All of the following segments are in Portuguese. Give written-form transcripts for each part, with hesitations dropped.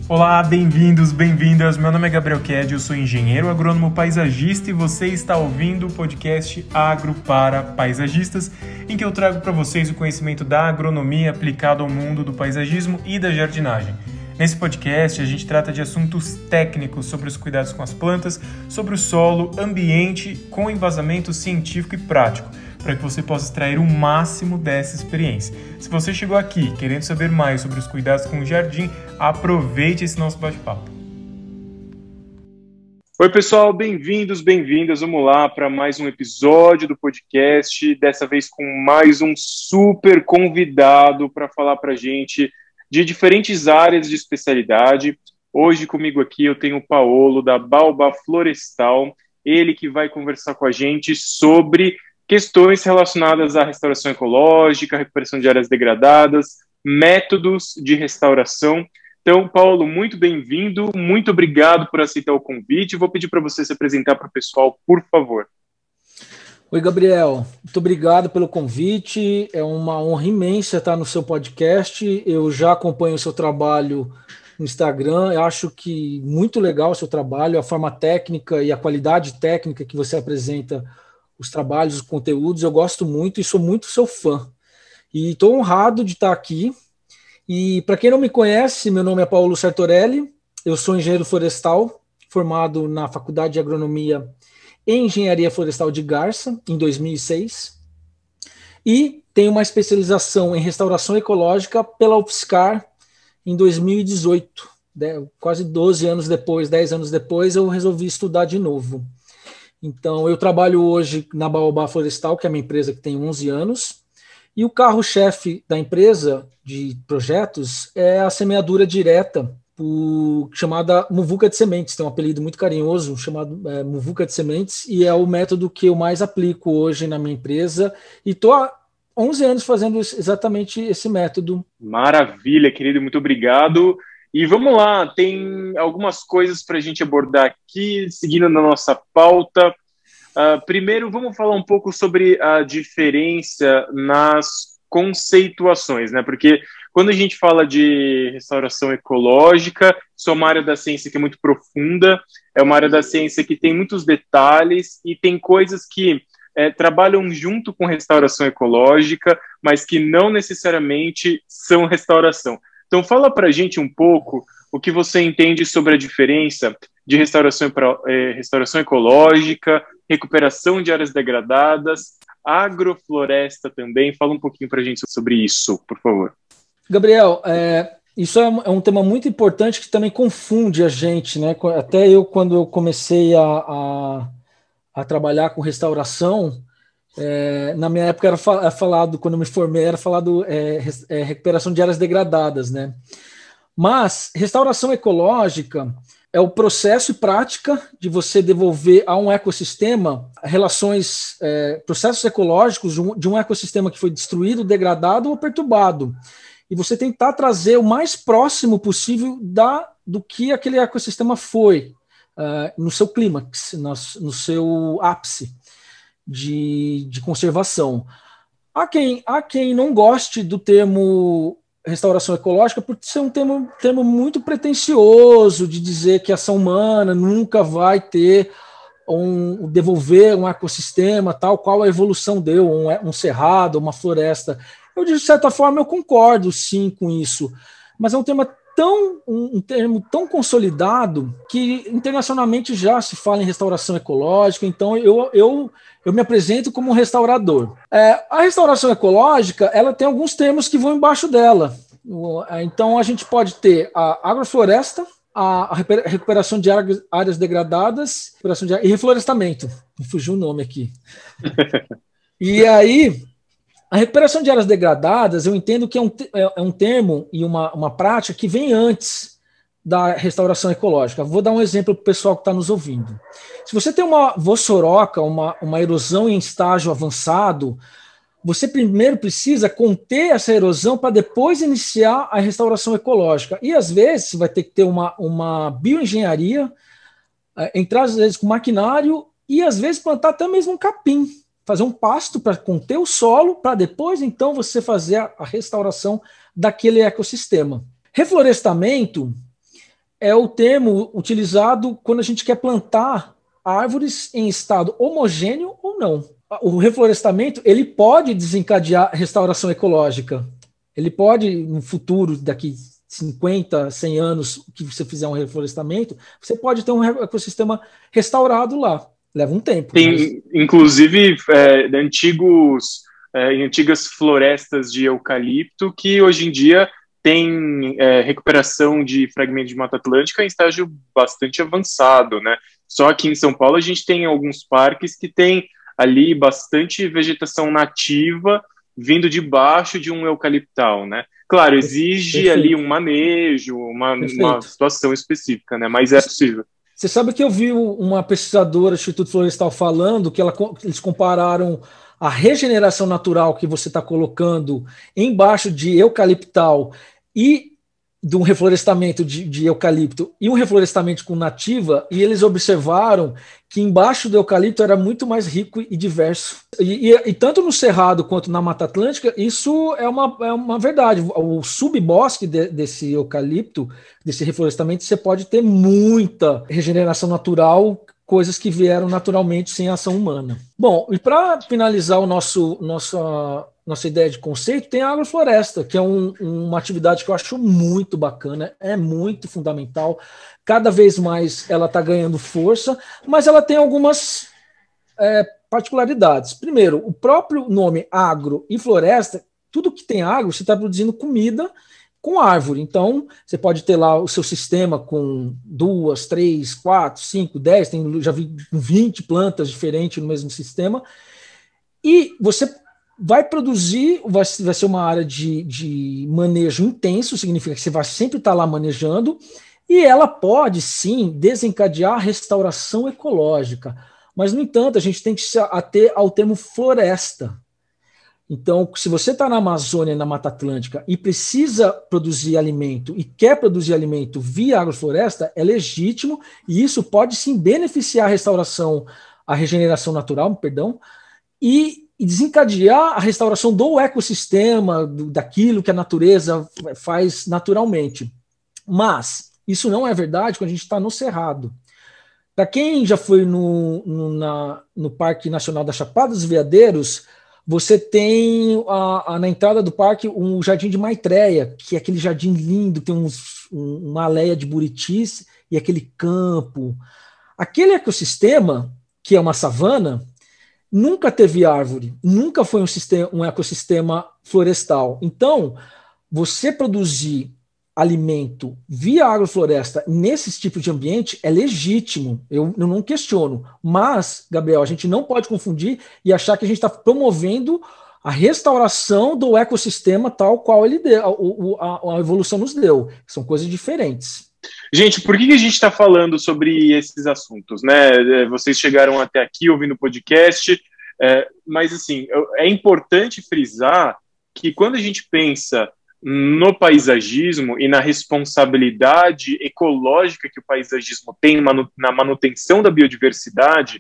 Olá, bem-vindos, bem-vindas. Meu nome é Gabriel Ked, eu sou engenheiro agrônomo paisagista e você está ouvindo o podcast Agro para Paisagistas, em que eu trago para vocês o conhecimento da agronomia aplicado ao mundo do paisagismo e da jardinagem. Nesse podcast, a gente trata de assuntos técnicos sobre os cuidados com as plantas, sobre o solo, ambiente, com embasamento científico e prático, para que você possa extrair o máximo dessa experiência. Se você chegou aqui querendo saber mais sobre os cuidados com o jardim, aproveite esse nosso bate-papo. Oi pessoal, bem-vindos, bem-vindas. Vamos lá para mais um episódio do podcast, dessa vez com mais um super convidado para falar para a gente de diferentes áreas de especialidade. Hoje comigo aqui eu tenho o Paolo da Baobá Florestal, ele que vai conversar com a gente sobre questões relacionadas à restauração ecológica, recuperação de áreas degradadas, métodos de restauração. Então, Paulo, muito bem-vindo, muito obrigado por aceitar o convite. Vou pedir para você se apresentar para o pessoal, por favor. Oi, Gabriel. Muito obrigado pelo convite. É uma honra imensa estar no seu podcast. Eu já acompanho o seu trabalho no Instagram. Eu acho que muito legal o seu trabalho, a forma técnica e a qualidade técnica que você apresenta os trabalhos, os conteúdos, eu gosto muito e sou muito seu fã. E estou honrado de estar aqui. E para quem não me conhece, meu nome é Paulo Sartorelli, eu sou engenheiro florestal, formado na Faculdade de Agronomia e Engenharia Florestal de Garça, em 2006. E tenho uma especialização em restauração ecológica pela UFSCar em 2018. Quase 12 anos depois, 10 anos depois, eu resolvi estudar de novo. Então, eu trabalho hoje na Baobá Florestal, que é uma empresa que tem 11 anos, e o carro-chefe da empresa de projetos é a semeadura direta, chamada muvuca de sementes. Tem um apelido muito carinhoso chamado muvuca de sementes, e é o método que eu mais aplico hoje na minha empresa, e estou há 11 anos fazendo exatamente esse método. Maravilha, querido, muito obrigado. E vamos lá, tem algumas coisas para a gente abordar aqui, seguindo na nossa pauta. Primeiro, vamos falar um pouco sobre a diferença nas conceituações, né? Porque quando a gente fala de restauração ecológica, isso é uma área da ciência que é muito profunda, é uma área da ciência que tem muitos detalhes e tem coisas que trabalham junto com restauração ecológica, mas que não necessariamente são restauração. Então, fala para a gente um pouco o que você entende sobre a diferença de restauração ecológica, recuperação de áreas degradadas, agrofloresta também. Fala um pouquinho para a gente sobre isso, por favor. Gabriel, isso é um tema muito importante que também confunde a gente, né? Até eu, quando eu comecei a trabalhar com restauração, na minha época era falado, quando eu me formei, era falado recuperação de áreas degradadas, né? Mas restauração ecológica é o processo e prática de você devolver a um ecossistema processos ecológicos de um ecossistema que foi destruído, degradado ou perturbado. E você tentar trazer o mais próximo possível do que aquele ecossistema foi, no seu clímax, no seu ápice de conservação. Há quem não goste do termo restauração ecológica por ser um termo muito pretensioso de dizer que a ação humana nunca vai devolver um ecossistema tal qual a evolução deu, um cerrado, uma floresta. Eu, de certa forma, eu concordo sim com isso, mas é um termo tão consolidado que internacionalmente já se fala em restauração ecológica, então eu me apresento como um restaurador. A restauração ecológica, ela tem alguns termos que vão embaixo dela. Então a gente pode ter a agrofloresta, a recuperação de áreas degradadas e reflorestamento. Me fugiu o nome aqui. E aí, a recuperação de áreas degradadas, eu entendo que é um termo e uma prática que vem antes da restauração ecológica. Vou dar um exemplo para o pessoal que está nos ouvindo. Se você tem uma vossoroca, uma erosão em estágio avançado, você primeiro precisa conter essa erosão para depois iniciar a restauração ecológica. E, às vezes, você vai ter que ter uma bioengenharia, entrar, às vezes, com maquinário e, às vezes, plantar até mesmo um capim, fazer um pasto para conter o solo, para depois, então, você fazer a restauração daquele ecossistema. Reflorestamento é o termo utilizado quando a gente quer plantar árvores em estado homogêneo ou não. O reflorestamento, ele pode desencadear restauração ecológica. Ele pode, no futuro, daqui 50, 100 anos, que você fizer um reflorestamento, você pode ter um ecossistema restaurado lá. Leva um tempo. Tem, inclusive, antigas florestas de eucalipto que hoje em dia tem recuperação de fragmentos de Mata Atlântica em estágio bastante avançado, né? Só aqui em São Paulo a gente tem alguns parques que tem ali bastante vegetação nativa vindo debaixo de um eucaliptal, né? Claro, exige Perfeito. Ali um manejo, uma situação específica, né? Mas é possível. Você sabe que eu vi uma pesquisadora do Instituto Florestal falando que eles compararam a regeneração natural que você está colocando embaixo de eucaliptal e de um reflorestamento de eucalipto e um reflorestamento com nativa, e eles observaram que embaixo do eucalipto era muito mais rico e diverso. E tanto no Cerrado quanto na Mata Atlântica, isso é uma verdade. O subbosque desse eucalipto, desse reflorestamento, você pode ter muita regeneração natural, coisas que vieram naturalmente sem ação humana. Bom, e para finalizar nossa ideia de conceito, tem a agrofloresta, que é uma atividade que eu acho muito bacana, é muito fundamental. Cada vez mais ela está ganhando força, mas ela tem algumas particularidades. Primeiro, o próprio nome agro e floresta, tudo que tem agro, você está produzindo comida com árvore. Então, você pode ter lá o seu sistema com 2, 3, 4, 5, 10, já vi 20 plantas diferentes no mesmo sistema, e você vai produzir, vai ser uma área de manejo intenso, significa que você vai sempre estar lá manejando, e ela pode, sim, desencadear a restauração ecológica. Mas, no entanto, a gente tem que se ater ao termo floresta. Então, se você está na Amazônia, na Mata Atlântica, e precisa produzir alimento, e quer produzir alimento via agrofloresta, é legítimo, e isso pode, sim, beneficiar a regeneração natural, perdão, e desencadear a restauração do ecossistema, daquilo que a natureza faz naturalmente. Mas isso não é verdade quando a gente está no Cerrado. Para quem já foi no Parque Nacional da Chapada dos Veadeiros, você tem na entrada do parque um jardim de Maitreya, que é aquele jardim lindo, tem uma aleia de buritis e aquele campo. Aquele ecossistema, que é uma savana, nunca teve árvore, nunca foi um ecossistema florestal. Então, você produzir alimento via agrofloresta nesse tipo de ambiente é legítimo, eu não questiono. Mas, Gabriel, a gente não pode confundir e achar que a gente está promovendo a restauração do ecossistema tal qual ele deu, a evolução nos deu. São coisas diferentes. Gente, por que a gente está falando sobre esses assuntos, né? Vocês chegaram até aqui ouvindo o podcast, mas assim, é importante frisar que quando a gente pensa no paisagismo e na responsabilidade ecológica que o paisagismo tem na manutenção da biodiversidade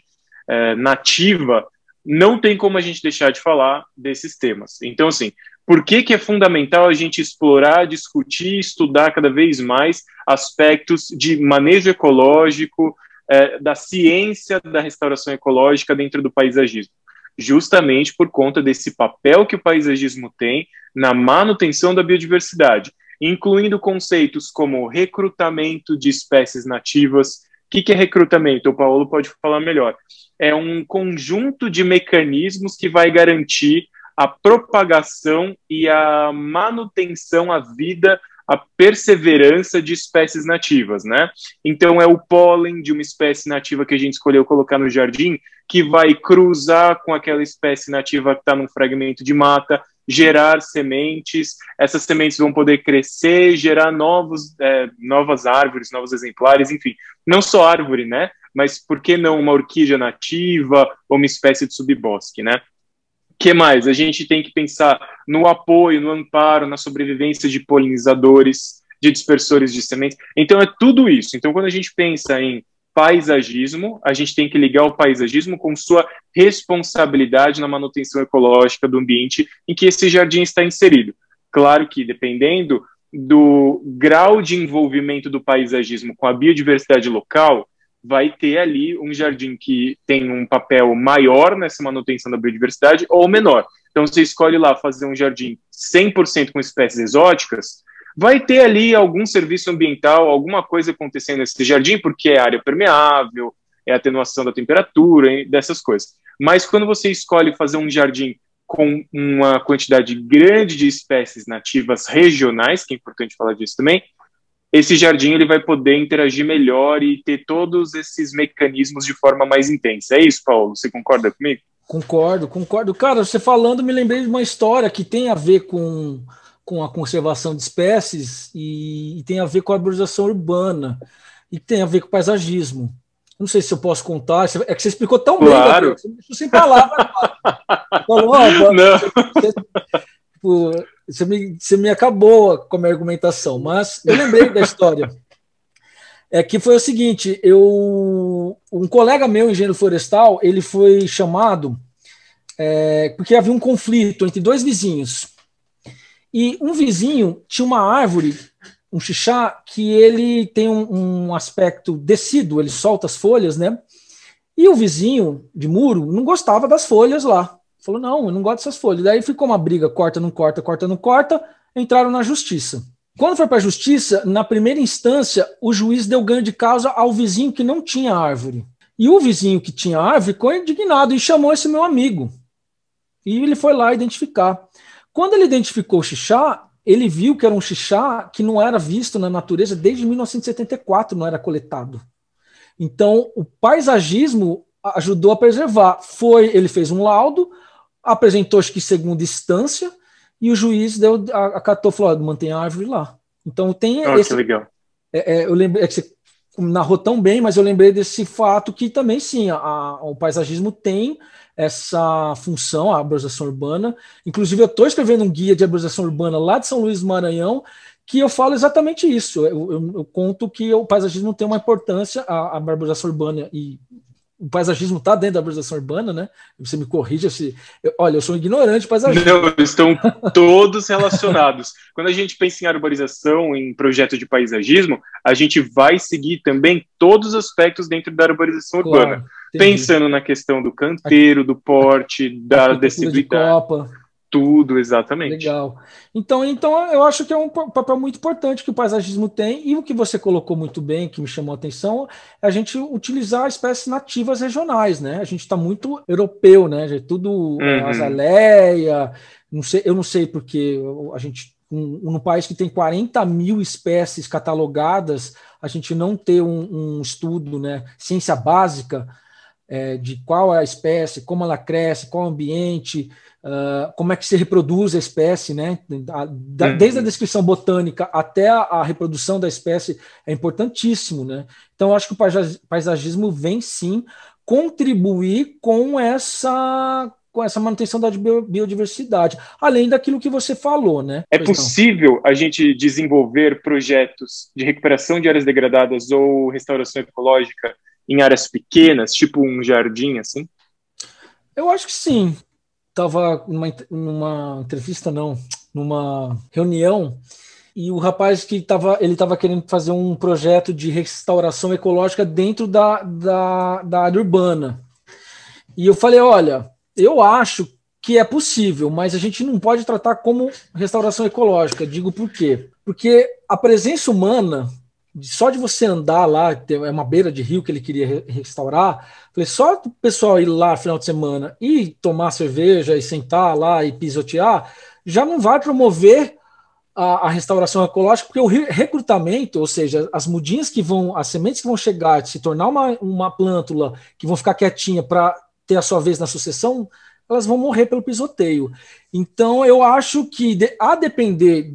nativa, não tem como a gente deixar de falar desses temas. Então, assim, por que é fundamental a gente explorar, discutir, estudar cada vez mais aspectos de manejo ecológico, da ciência da restauração ecológica dentro do paisagismo? Justamente por conta desse papel que o paisagismo tem na manutenção da biodiversidade, incluindo conceitos como recrutamento de espécies nativas. O que é recrutamento? O Paulo pode falar melhor. É um conjunto de mecanismos que vai garantir a propagação e a manutenção, a vida, a perseverança de espécies nativas, né? Então é o pólen de uma espécie nativa que a gente escolheu colocar no jardim, que vai cruzar com aquela espécie nativa que está num fragmento de mata, gerar sementes, essas sementes vão poder crescer, gerar novas árvores, novos exemplares, enfim, não só árvore, né? Mas por que não uma orquídea nativa ou uma espécie de subbosque, né? Que mais? A gente tem que pensar no apoio, no amparo, na sobrevivência de polinizadores, de dispersores de sementes. Então, é tudo isso. Então, quando a gente pensa em paisagismo, a gente tem que ligar o paisagismo com sua responsabilidade na manutenção ecológica do ambiente em que esse jardim está inserido. Claro que, dependendo do grau de envolvimento do paisagismo com a biodiversidade local, vai ter ali um jardim que tem um papel maior nessa manutenção da biodiversidade ou menor. Então, você escolhe lá fazer um jardim 100% com espécies exóticas, vai ter ali algum serviço ambiental, alguma coisa acontecendo nesse jardim, porque é área permeável, é atenuação da temperatura, dessas coisas. Mas quando você escolhe fazer um jardim com uma quantidade grande de espécies nativas regionais, que é importante falar disso também, esse jardim ele vai poder interagir melhor e ter todos esses mecanismos de forma mais intensa. É isso, Paulo? Você concorda comigo? Concordo. Cara, você falando, me lembrei de uma história que tem a ver com a conservação de espécies e tem a ver com a arborização urbana e tem a ver com o paisagismo. Não sei se eu posso contar, é que você explicou tão bem, claro. Você me deixou sem palavras. Falou, você me acabou com a minha argumentação, mas eu lembrei da história. É que foi o seguinte, um colega meu, engenheiro florestal, ele foi chamado porque havia um conflito entre dois vizinhos. E um vizinho tinha uma árvore, um xixá, que ele tem um aspecto decíduo, ele solta as folhas, né? E o vizinho de muro não gostava das folhas lá. Falou, não, eu não gosto dessas folhas. Daí ficou uma briga, corta, não corta, corta, não corta, entraram na justiça. Quando foi para a justiça, na primeira instância, o juiz deu ganho de causa ao vizinho que não tinha árvore. E o vizinho que tinha árvore ficou indignado e chamou esse meu amigo. E ele foi lá identificar. Quando ele identificou o xixá, ele viu que era um xixá que não era visto na natureza desde 1974, não era coletado. Então, o paisagismo ajudou a preservar. Ele fez um laudo, apresentou, acho que segunda instância, e o juiz acatou, falou, mantém a árvore lá. Então, tem esse... Que legal. Eu lembrei que você narrou tão bem, mas eu lembrei desse fato que também, sim, o paisagismo tem essa função, a arborização urbana. Inclusive, eu estou escrevendo um guia de arborização urbana lá de São Luís do Maranhão, que eu falo exatamente isso. Eu conto que o paisagismo tem uma importância, a arborização urbana, e o paisagismo está dentro da arborização urbana, né? Você me corrija se... Olha, eu sou um ignorante paisagista. Não, estão todos relacionados. Quando a gente pensa em arborização, em projeto de paisagismo, a gente vai seguir também todos os aspectos dentro da arborização urbana. Pensando na questão do canteiro, do porte, da decibelidade. De copa. Tudo, exatamente. Legal. Então eu acho que é um papel muito importante que o paisagismo tem, e o que você colocou muito bem, que me chamou a atenção, é a gente utilizar espécies nativas regionais, né? A gente está muito europeu, né? Tudo azaleia, eu não sei porque a gente, num país que tem 40 mil espécies catalogadas, a gente não ter um estudo, né? Ciência básica de qual é a espécie, como ela cresce, qual é o ambiente, como é que se reproduz a espécie, né? Desde a descrição botânica até a reprodução da espécie é importantíssimo, né? Então, eu acho que o paisagismo vem, sim, contribuir com essa manutenção da biodiversidade, além daquilo que você falou, né? É possível a gente desenvolver projetos de recuperação de áreas degradadas ou restauração ecológica em áreas pequenas, tipo um jardim, assim? Eu acho que sim. Estava numa entrevista, numa reunião, e o rapaz que ele estava querendo fazer um projeto de restauração ecológica dentro da área urbana. E eu falei, olha, eu acho que é possível, mas a gente não pode tratar como restauração ecológica. Digo por quê? Porque a presença humana, só de você andar lá, é uma beira de rio que ele queria restaurar, falei, só o pessoal ir lá no final de semana e tomar cerveja e sentar lá e pisotear, já não vai promover a restauração ecológica, porque o recrutamento, ou seja, as mudinhas as sementes que vão chegar, se tornar uma plântula, que vão ficar quietinha para ter a sua vez na sucessão, elas vão morrer pelo pisoteio. Então, eu acho que, a depender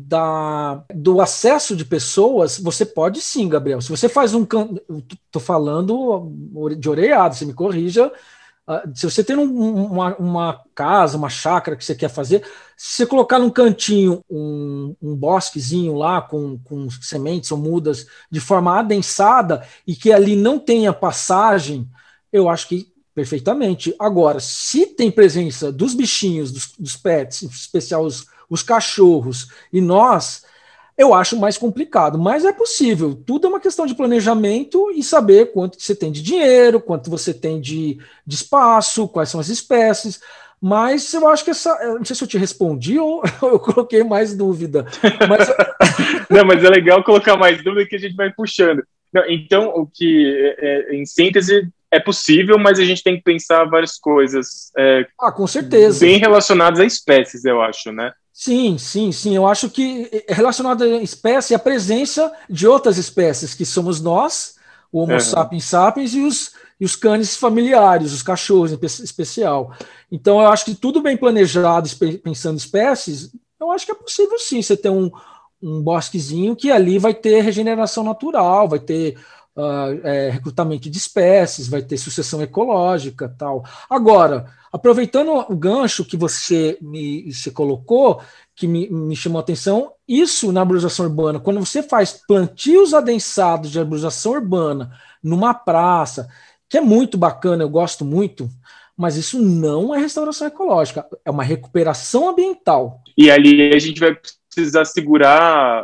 do acesso de pessoas, você pode sim, Gabriel. Se você faz estou falando de orelhada, você me corrija. Se você tem uma casa, uma chácara que você quer fazer, se você colocar num cantinho um bosquezinho lá com sementes ou mudas de forma adensada e que ali não tenha passagem, eu acho que perfeitamente. Agora, se tem presença dos bichinhos, dos pets, em especial os cachorros, e nós, Eu acho mais complicado, mas é possível. Tudo é uma questão de planejamento e saber quanto que você tem de dinheiro, quanto você tem de espaço, quais são as espécies. Mas eu acho que não sei se eu te respondi ou eu coloquei mais dúvida. Mas Não, mas é legal colocar mais dúvida que a gente vai puxando. Não, então, o que, em síntese, é possível, mas a gente tem que pensar várias coisas com certeza. bem relacionadas a espécies, eu acho, né? Sim, sim, sim. Eu acho que relacionado à espécie, a presença de outras espécies, que somos nós, o Homo sapiens sapiens e os canes familiares, os cachorros em especial. Então, eu acho que tudo bem planejado, pensando em espécies, eu acho que é possível sim você ter um bosquezinho que ali vai ter regeneração natural, vai ter recrutamento de espécies, vai ter sucessão ecológica, tal. Agora, aproveitando o gancho que você colocou, que me chamou a atenção, isso na arborização urbana, quando você faz plantios adensados de arborização urbana numa praça, que é muito bacana, eu gosto muito, mas isso não é restauração ecológica, é uma recuperação ambiental. E ali a gente vai precisar segurar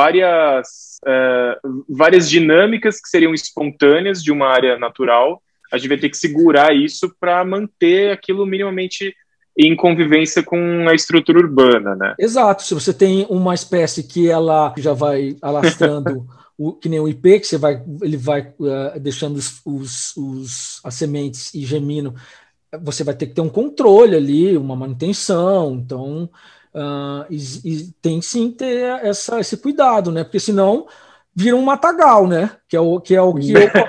várias dinâmicas que seriam espontâneas de uma área natural. A gente vai ter que segurar isso para manter aquilo minimamente em convivência com a estrutura urbana, né? Exato. Se você tem uma espécie que ela já vai alastrando, que nem o IP, que ele vai deixando as sementes e gemino, você vai ter que ter um controle ali, uma manutenção. Então, e tem sim ter esse cuidado, né? Porque senão vira um matagal, né? Que é o que eu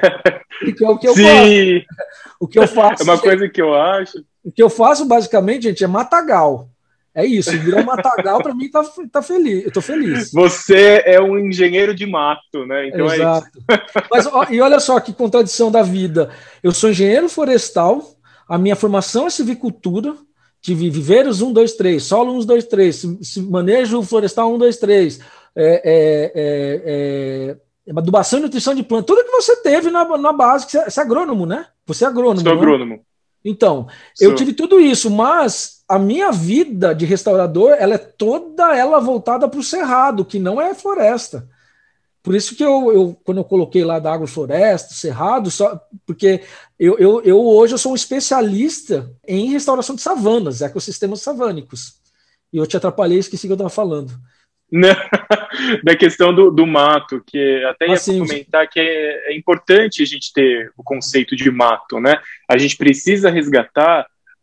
Sim. gosto. O que eu faço. É uma coisa que eu acho. O que eu faço basicamente, gente, é matagal. É isso, virou um matagal, para mim tá feliz. Eu tô feliz. Você é um engenheiro de mato, né? Então Exato. é isso. Mas, e olha só que contradição da vida. Eu sou engenheiro florestal, a minha formação é silvicultura, tive viveiros 1, 2, 3, solo 1, 2, 3, manejo florestal 1, 2, 3, adubação e nutrição de planta, tudo que você teve na base, que você é agrônomo, né? Você é agrônomo. Sou agrônomo. Então, eu tive tudo isso, mas a minha vida de restaurador, ela é toda ela voltada para o cerrado, que não é floresta. Por isso que quando eu coloquei lá da agrofloresta, cerrado, porque hoje eu sou um especialista em restauração de savanas, ecossistemas savânicos. E eu te atrapalhei, esqueci o que eu estava falando. Não, da questão do mato, que até ia comentar que é importante a gente ter o conceito de mato, né? A gente precisa resgatar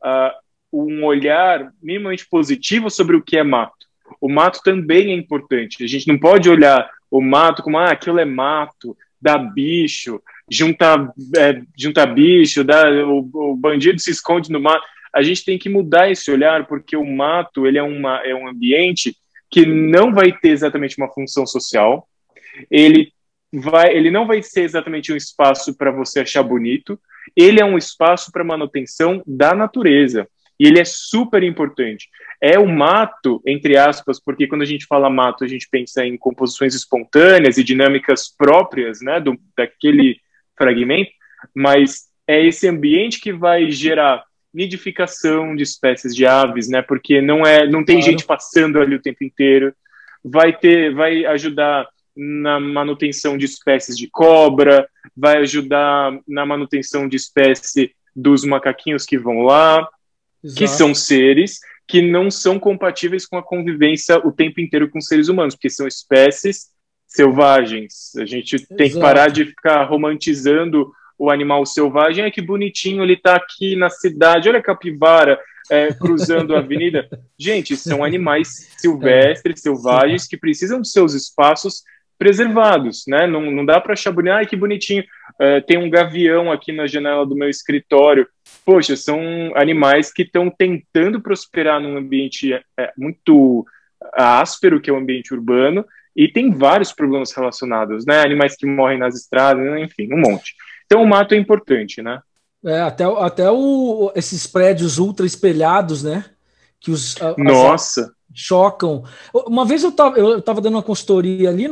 um olhar minimamente positivo sobre o que é mato. O mato também é importante. A gente não pode olhar o mato como aquilo é mato, dá bicho, junta bicho, o bandido se esconde no mato. A gente tem que mudar esse olhar, porque o mato ele é um ambiente que não vai ter exatamente uma função social, ele não vai ser exatamente um espaço para você achar bonito, ele é um espaço para manutenção da natureza, e ele é super importante. É o mato, entre aspas, porque quando a gente fala mato, a gente pensa em composições espontâneas e dinâmicas próprias, né, daquele fragmento, mas é esse ambiente que vai gerar nidificação de espécies de aves, né? Porque não tem gente passando ali o tempo inteiro. Vai ajudar na manutenção de espécies de cobra, vai ajudar na manutenção de espécie dos macaquinhos que vão lá, Exato. Que são seres que não são compatíveis com a convivência o tempo inteiro com seres humanos, porque são espécies selvagens. A gente tem que parar de ficar romantizando o animal selvagem. Que bonitinho, ele está aqui na cidade, olha a capivara cruzando a avenida. Gente, são animais silvestres, selvagens, que precisam dos seus espaços preservados, né? Não dá para achar bonito, que bonitinho, tem um gavião aqui na janela do meu escritório. Poxa, são animais que estão tentando prosperar num ambiente muito áspero, que é o ambiente urbano, e tem vários problemas relacionados, né? Animais que morrem nas estradas, enfim, um monte. Então o mato é importante, né? Até esses prédios ultra espelhados, né? Que Nossa! Chocam. Uma vez eu tava dando uma consultoria ali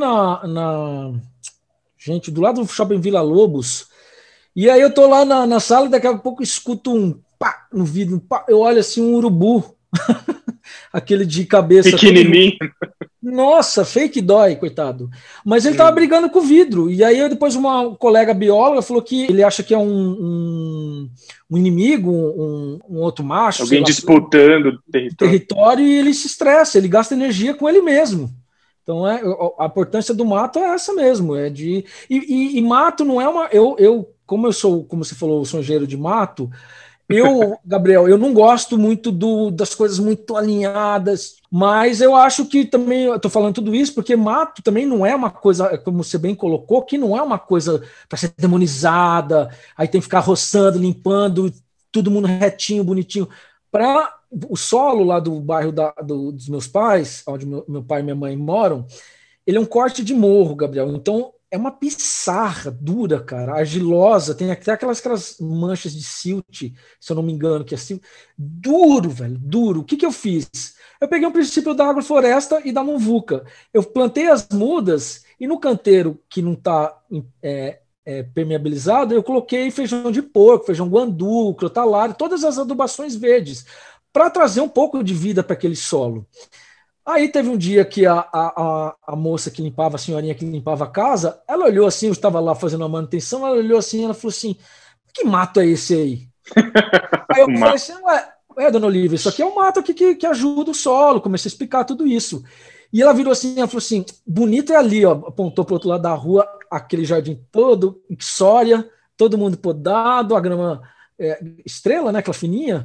gente, do lado do Shopping Vila Lobos, e aí eu tô lá na sala e daqui a pouco escuto um pá no vidro, eu olho assim, um urubu, aquele de cabeça... Pequenininho. Nossa, fake dói, coitado. Mas ele estava brigando com o vidro. E aí depois uma colega bióloga falou que ele acha que é um inimigo, um outro macho, sei Alguém lá, disputando o território. território, e ele se estressa, ele gasta energia com ele mesmo. Então a importância do mato é essa mesmo, e mato não é uma. Como eu sou, como você falou, sou engenheiro de mato. Gabriel, eu não gosto muito das coisas muito alinhadas, mas eu acho que também, eu estou falando tudo isso porque mato também não é uma coisa, como você bem colocou, que não é uma coisa para ser demonizada, aí tem que ficar roçando, limpando, todo mundo retinho, bonitinho. Para o solo lá do bairro dos meus pais, onde meu pai e minha mãe moram, ele é um corte de morro, Gabriel. Então é uma pissarra dura, cara, argilosa, tem até aquelas manchas de silt, se eu não me engano, que é silt. Duro, velho, duro. O que eu fiz? Eu peguei um princípio da agrofloresta e da muvuca. Eu plantei as mudas e no canteiro que não está permeabilizado, eu coloquei feijão de porco, feijão guandu, crotalária, todas as adubações verdes, para trazer um pouco de vida para aquele solo. Aí teve um dia que a moça que limpava, a senhorinha que limpava a casa, ela olhou assim, eu estava lá fazendo a manutenção, ela olhou assim, ela falou assim, que mato é esse aí? Aí eu falei assim, dona Olivia, isso aqui é um mato aqui que ajuda o solo, comecei a explicar tudo isso. E ela virou assim, ela falou assim, bonito é ali, ó, apontou para o outro lado da rua, aquele jardim todo, Ixória, todo mundo podado, a grama estrela, né, aquela fininha,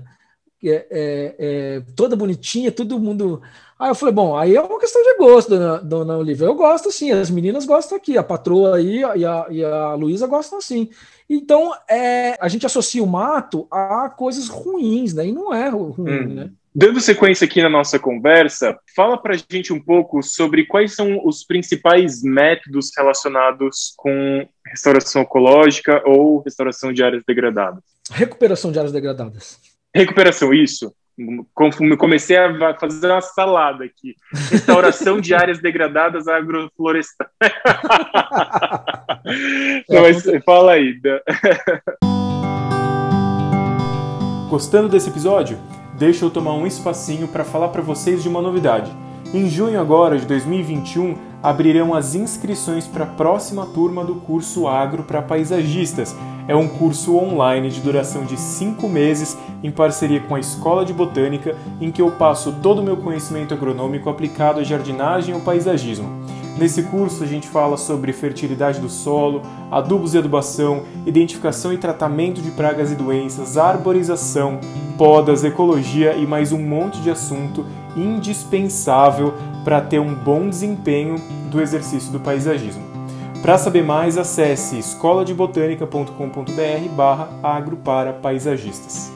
toda bonitinha, todo mundo. Aí eu falei, bom, aí é uma questão de gosto, dona Olivia. Eu gosto assim, as meninas gostam aqui, a patroa aí e a Luísa gostam assim. Então, a gente associa o mato a coisas ruins, né? E não é ruim, né? Dando sequência aqui na nossa conversa, fala pra gente um pouco sobre quais são os principais métodos relacionados com restauração ecológica ou restauração de áreas degradadas. Recuperação de áreas degradadas. Recuperação, isso. Comecei a fazer uma salada aqui. Restauração de áreas degradadas agroflorestais. Mas fala aí. Gostando desse episódio? Deixa eu tomar um espacinho para falar para vocês de uma novidade. Em junho agora de 2021, abrirão as inscrições para a próxima turma do curso Agro para Paisagistas. É um curso online de duração de 5 meses, em parceria com a Escola de Botânica, em que eu passo todo o meu conhecimento agronômico aplicado à jardinagem e ao paisagismo. Nesse curso a gente fala sobre fertilidade do solo, adubos e adubação, identificação e tratamento de pragas e doenças, arborização, podas, ecologia e mais um monte de assunto indispensável para ter um bom desempenho do exercício do paisagismo. Para saber mais, acesse escoladebotanica.com.br/agro-para-paisagistas.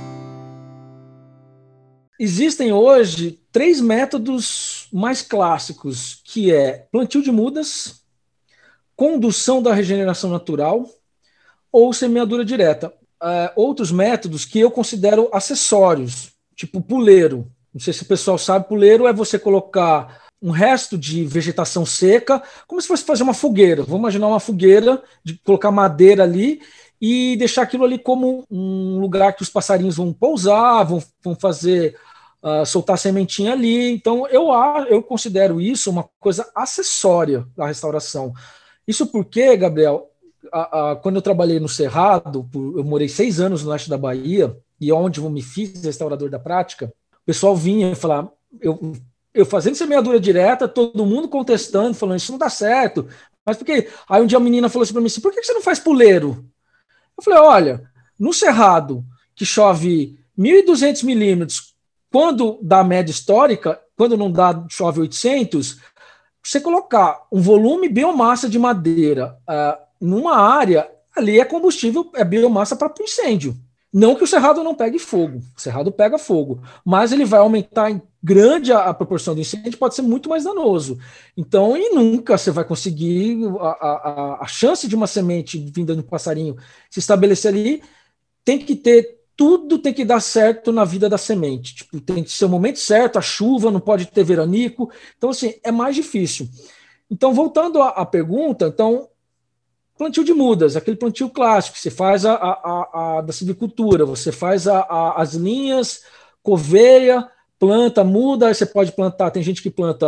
Existem hoje 3 métodos mais clássicos, que é plantio de mudas, condução da regeneração natural ou semeadura direta. Outros métodos que eu considero acessórios, tipo puleiro. Não sei se o pessoal sabe, puleiro é você colocar um resto de vegetação seca, como se fosse fazer uma fogueira. Vamos imaginar uma fogueira, de colocar madeira ali e deixar aquilo ali como um lugar que os passarinhos vão pousar, vão fazer, soltar sementinha ali. Então, eu considero isso uma coisa acessória da restauração. Isso porque, Gabriel, quando eu trabalhei no Cerrado, eu morei 6 anos no leste da Bahia, e onde eu me fiz restaurador da prática, o pessoal vinha e falava, eu fazendo semeadura direta, todo mundo contestando, falando, isso não dá certo. Mas por quê? Aí um dia a menina falou assim para mim, por que você não faz puleiro? Eu falei, olha, no Cerrado, que chove 1.200 milímetros, quando dá média histórica, quando não dá, chove 800, você colocar um volume biomassa de madeira numa área, ali é combustível, é biomassa para o incêndio. Não que o cerrado não pegue fogo, o cerrado pega fogo, mas ele vai aumentar em grande a proporção do incêndio, pode ser muito mais danoso. Então, e nunca você vai conseguir a chance de uma semente vinda de um passarinho se estabelecer ali, tem que ter, tudo tem que dar certo na vida da semente. Tipo, tem que ser o momento certo, a chuva, não pode ter veranico. Então, assim, é mais difícil. Então, voltando à pergunta, então, plantio de mudas, aquele plantio clássico, você faz a da silvicultura, você faz as linhas, coveia, planta, muda, aí você pode plantar, tem gente que planta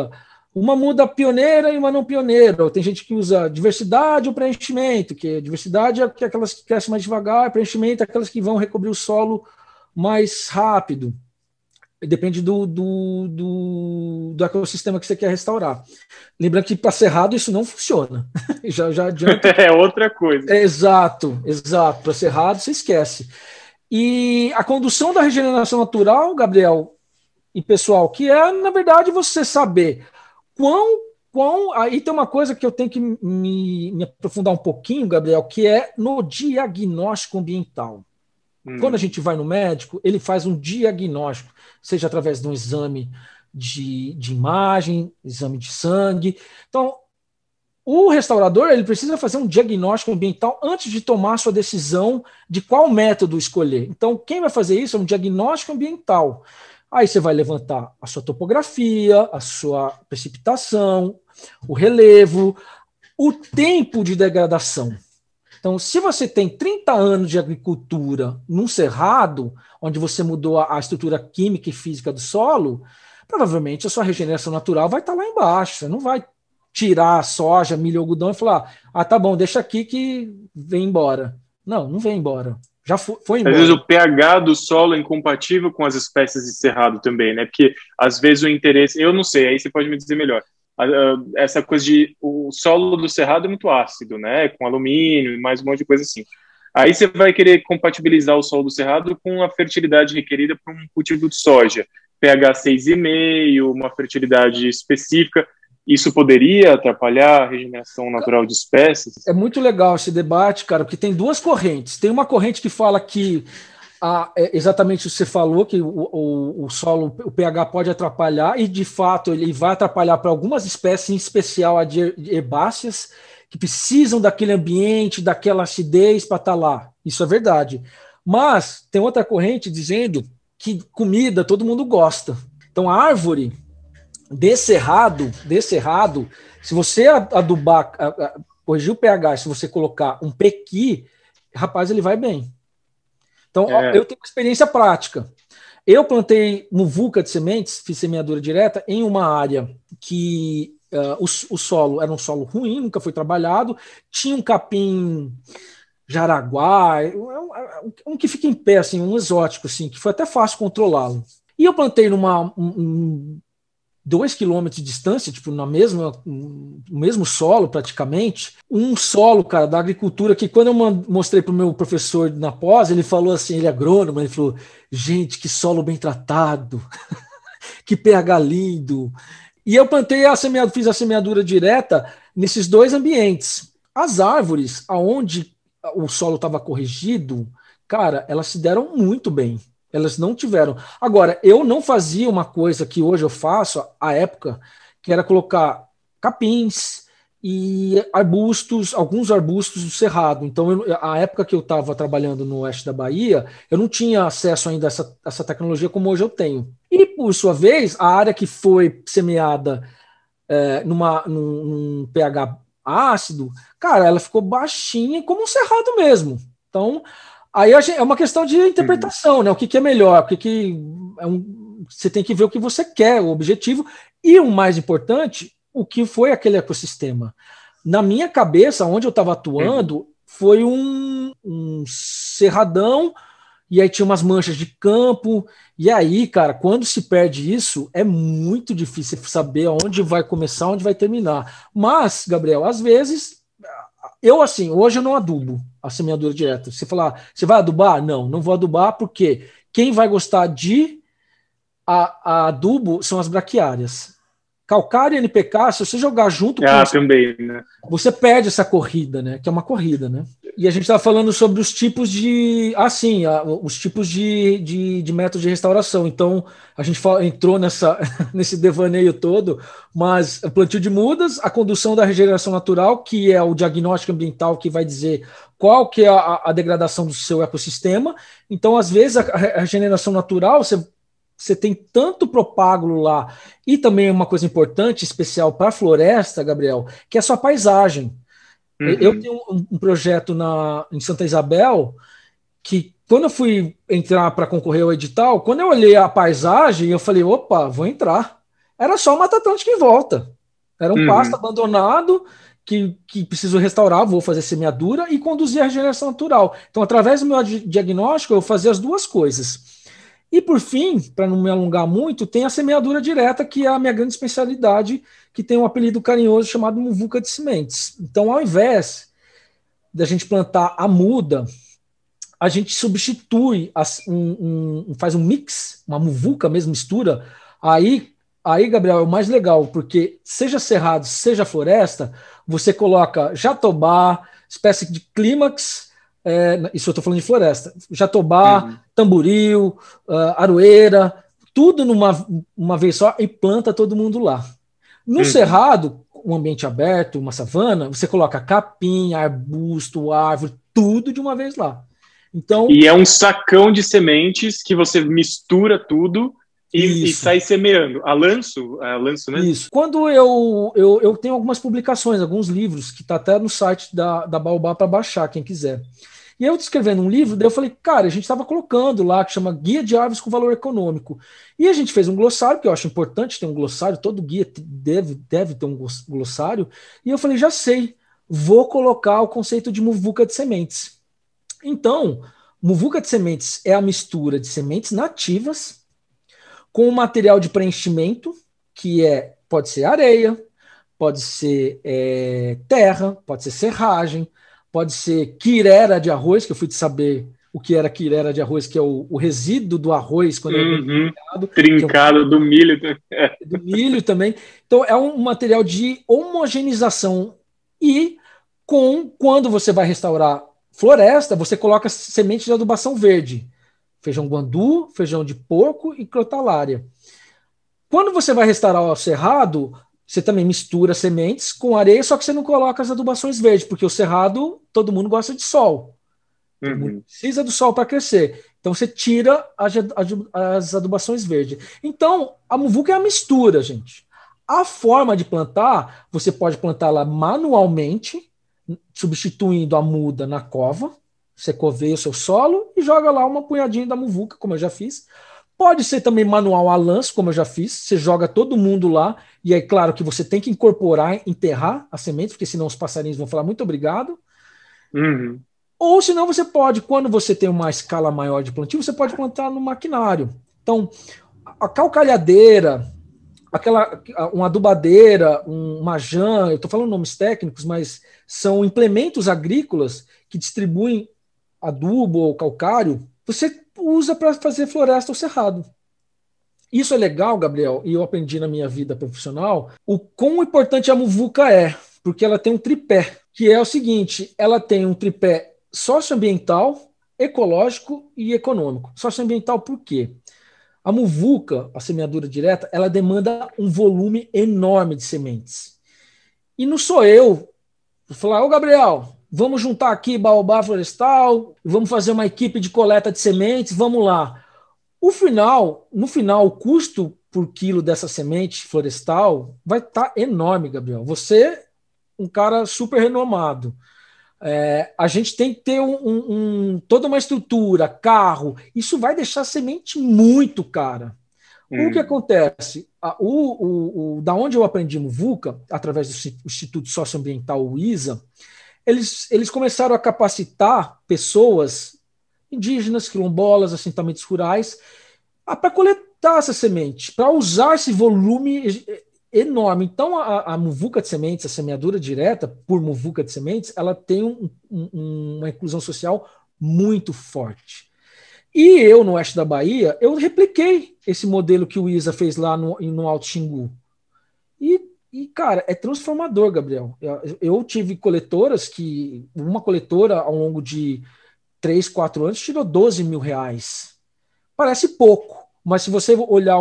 uma muda pioneira e uma não pioneira. Ou tem gente que usa diversidade ou preenchimento, que diversidade é aquelas que crescem mais devagar, preenchimento é aquelas que vão recobrir o solo mais rápido. Depende do ecossistema que você quer restaurar. Lembrando que para cerrado isso não funciona. já adianta. É outra coisa. Exato. Para cerrado você esquece. E a condução da regeneração natural, Gabriel e pessoal, que é, na verdade, você saber aí tem uma coisa que eu tenho que me aprofundar um pouquinho, Gabriel, que é no diagnóstico ambiental. Quando a gente vai no médico, ele faz um diagnóstico, seja através de um exame de imagem, exame de sangue. Então, o restaurador ele precisa fazer um diagnóstico ambiental antes de tomar sua decisão de qual método escolher. Então, quem vai fazer isso é um diagnóstico ambiental. Aí você vai levantar a sua topografia, a sua precipitação, o relevo, o tempo de degradação. Então, se você tem 30 anos de agricultura num cerrado, onde você mudou a estrutura química e física do solo, provavelmente a sua regeneração natural vai estar lá embaixo. Você não vai tirar a soja, milho, algodão e falar, tá bom, deixa aqui que vem embora. Não vem embora. Já foi embora. Às vezes o pH do solo é incompatível com as espécies de cerrado também, né? Porque às vezes o interesse, eu não sei, aí você pode me dizer melhor. Essa coisa de o solo do cerrado é muito ácido, né? Com alumínio e mais um monte de coisa assim. Aí você vai querer compatibilizar o solo do cerrado com a fertilidade requerida para um cultivo de soja. pH 6,5, uma fertilidade específica. Isso poderia atrapalhar a regeneração natural de espécies? É muito legal esse debate, cara, porque tem duas correntes. Tem uma corrente que fala que exatamente o que você falou, que o solo, o pH pode atrapalhar, e de fato ele vai atrapalhar para algumas espécies, em especial a de herbáceas, que precisam daquele ambiente, daquela acidez para estar lá. Isso é verdade. Mas tem outra corrente dizendo que comida todo mundo gosta. Então a árvore de cerrado, se você adubar, corrigir o pH, se você colocar um pequi, rapaz, ele vai bem. Então, eu tenho uma experiência prática. Eu plantei muvuca de sementes, fiz semeadura direta, em uma área que o solo era um solo ruim, nunca foi trabalhado, tinha um capim jaraguá, um que fica em pé, assim, um exótico, assim, que foi até fácil controlá-lo. E eu plantei 2 quilômetros de distância, tipo, no mesmo solo, praticamente. Um solo, cara, da agricultura, que quando eu mostrei para o meu professor na pós, ele falou assim, ele é agrônomo, ele falou, gente, que solo bem tratado, que pH lindo. E eu fiz a semeadura direta nesses 2 ambientes. As árvores, aonde o solo estava corrigido, cara, elas se deram muito bem. Elas não tiveram. Agora, eu não fazia uma coisa que hoje eu faço, à época, que era colocar capins e arbustos, alguns arbustos do cerrado. Então, a época que eu estava trabalhando no oeste da Bahia, eu não tinha acesso ainda a essa tecnologia como hoje eu tenho. E, por sua vez, a área que foi semeada num pH ácido, cara, ela ficou baixinha como um cerrado mesmo. Então, aí é uma questão de interpretação, né? O que é melhor, você tem que ver o que você quer, o objetivo, e o mais importante, o que foi aquele ecossistema. Na minha cabeça, onde eu estava atuando, foi um cerradão, e aí tinha umas manchas de campo, e aí, cara, quando se perde isso, é muito difícil saber onde vai começar, onde vai terminar. Mas, Gabriel, às vezes, hoje eu não adubo a semeadura direta. Você falar, você vai adubar? Não vou adubar, porque quem vai gostar de adubo são as braquiárias. Calcário e NPK, se você jogar junto também, né? Você perde essa corrida, né? Que é uma corrida, né? E a gente estava falando sobre os tipos de. Os tipos de métodos de restauração. Então, a gente entrou nesse devaneio todo, mas o plantio de mudas, a condução da regeneração natural, que é o diagnóstico ambiental que vai dizer qual que é a degradação do seu ecossistema. Então, às vezes, a regeneração natural, você tem tanto propágulo lá, e também uma coisa importante, especial para a floresta, Gabriel, que é a sua paisagem. Eu tenho um projeto em Santa Isabel, que quando eu fui entrar para concorrer ao edital, quando eu olhei a paisagem, eu falei, opa, vou entrar. Era só o Mata Atlântica em volta. Era um pasto abandonado que preciso restaurar, vou fazer semeadura e conduzir a regeneração natural. Então, através do meu diagnóstico, eu fazia as duas coisas. E, por fim, para não me alongar muito, tem a semeadura direta, que é a minha grande especialidade, que tem um apelido carinhoso chamado muvuca de sementes. Então, ao invés da gente plantar a muda, a gente substitui, faz um mix, uma muvuca mesmo, mistura. Aí, Gabriel, é o mais legal, porque seja cerrado, seja floresta, você coloca jatobá, espécie de clímax, isso eu estou falando de floresta, jatobá, tamboril, aroeira, tudo uma vez só e planta todo mundo lá. No cerrado, um ambiente aberto, uma savana, você coloca capim, arbusto, árvore, tudo de uma vez lá. Então, e é um sacão de sementes que você mistura tudo e sai semeando. A lanço, né? Isso. Quando eu tenho algumas publicações, alguns livros, que está até no site da Baobá para baixar, quem quiser. E eu escrevendo um livro, daí eu falei, cara, a gente estava colocando lá, que chama Guia de Árvores com Valor Econômico. E a gente fez um glossário, que eu acho importante ter um glossário, todo guia deve ter um glossário. E eu falei, já sei, vou colocar o conceito de muvuca de sementes. Então, muvuca de sementes é a mistura de sementes nativas com o material de preenchimento, que pode ser areia, pode ser terra, pode ser serragem, pode ser quirera de arroz, que eu fui de saber o que era quirera de arroz, que é o resíduo do arroz quando é bem trincado, do milho. Do milho também. Então, é um material de homogeneização. E quando você vai restaurar floresta, você coloca sementes de adubação verde. Feijão guandu, feijão de porco e crotalária. Quando você vai restaurar o cerrado, você também mistura sementes com areia, só que você não coloca as adubações verdes, porque o cerrado, todo mundo gosta de sol. Todo mundo precisa do sol para crescer. Então você tira as adubações verdes. Então, a muvuca é a mistura, gente. A forma de plantar, você pode plantá-la manualmente, substituindo a muda na cova. Você coveia o seu solo e joga lá uma punhadinha da muvuca, como eu já fiz. Pode ser também manual a lanço, como eu já fiz. Você joga todo mundo lá. E aí, claro, que você tem que incorporar, enterrar a semente, porque senão os passarinhos vão falar muito obrigado. Ou senão você pode, quando você tem uma escala maior de plantio, você pode plantar no maquinário. Então, a calcalhadeira, uma adubadeira, um majã, eu estou falando nomes técnicos, mas são implementos agrícolas que distribuem adubo ou calcário, você usa para fazer floresta ou cerrado. Isso é legal, Gabriel, e eu aprendi na minha vida profissional o quão importante a muvuca é, porque ela tem um tripé, que é o seguinte, ela tem um tripé socioambiental, ecológico e econômico. Socioambiental por quê? A muvuca, a semeadura direta, ela demanda um volume enorme de sementes. E não sou eu falar, ô Gabriel, vamos juntar aqui Baobá Florestal, vamos fazer uma equipe de coleta de sementes, vamos lá. No final, o custo por quilo dessa semente florestal vai estar enorme, Gabriel. Você, um cara super renomado. A gente tem que ter toda uma estrutura, carro. Isso vai deixar a semente muito cara. O que acontece? Da onde eu aprendi muvuca, através do Instituto Socioambiental, o ISA, eles começaram a capacitar pessoas indígenas, quilombolas, assentamentos rurais, para coletar essa semente, para usar esse volume enorme. Então, a muvuca de sementes, a semeadura direta por muvuca de sementes, ela tem uma inclusão social muito forte. E eu, no oeste da Bahia, eu repliquei esse modelo que o ISA fez lá no Alto Xingu. E, cara, é transformador, Gabriel. Eu tive coletoras uma coletora, ao longo de 3, 4 anos, tirou R$12 mil. Parece pouco, mas se você olhar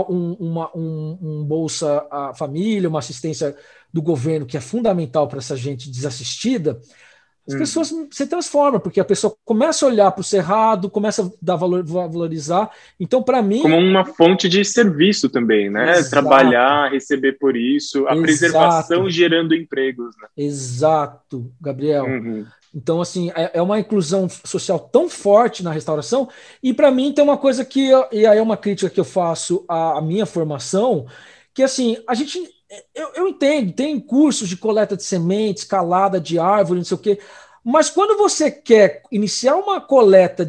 um Bolsa Família, uma assistência do governo, que é fundamental para essa gente desassistida, as pessoas se transformam, porque a pessoa começa a olhar para o cerrado, começa a valorizar. Então, para mim... Como uma fonte de serviço também, né? Exato. Trabalhar, receber por isso, a preservação gerando empregos. Né? Exato, Gabriel. Então, assim, é uma inclusão social tão forte na restauração, e para mim tem uma coisa e aí é uma crítica que eu faço à minha formação, que assim, a gente eu entendo, tem cursos de coleta de sementes, escalada de árvore, não sei o quê, mas quando você quer iniciar uma coleta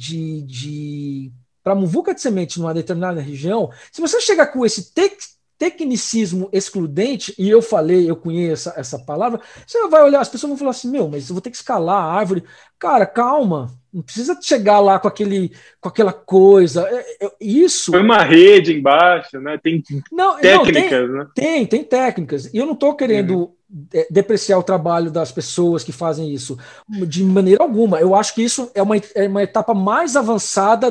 para muvuca de sementes numa determinada região, se você chegar com esse tecnicismo excludente, e eu falei, eu conheço essa palavra, você vai olhar, as pessoas vão falar assim, meu, mas eu vou ter que escalar a árvore. Cara, calma, não precisa chegar lá com aquela coisa. Isso. Põe uma rede embaixo, né? Tem Não, técnicas, né? tem técnicas. E eu não estou Uhum. querendo depreciar o trabalho das pessoas que fazem isso, de maneira alguma. Eu acho que isso é uma etapa mais avançada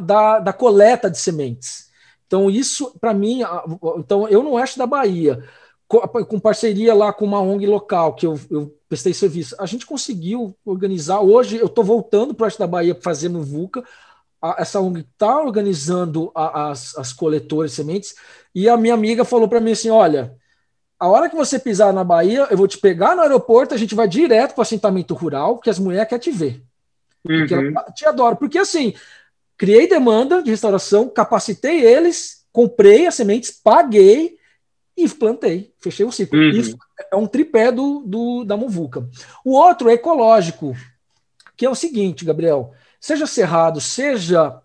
da coleta de sementes. Então, isso, para mim, então, eu no oeste da Bahia, com parceria lá com uma ONG local, que eu prestei serviço, a gente conseguiu organizar. Hoje, eu estou voltando para o oeste da Bahia para fazer muvuca. Essa ONG está organizando as coletoras de sementes, e a minha amiga falou para mim assim: olha, a hora que você pisar na Bahia, eu vou te pegar no aeroporto, a gente vai direto para o assentamento rural, que as mulheres querem te ver. Porque ela Uhum. te adora. Porque assim, criei demanda de restauração, capacitei eles, comprei as sementes, paguei e plantei. Fechei o ciclo. Isso Uhum. é um tripé da Muvuca. O outro é ecológico, que é o seguinte, Gabriel: seja cerrado, seja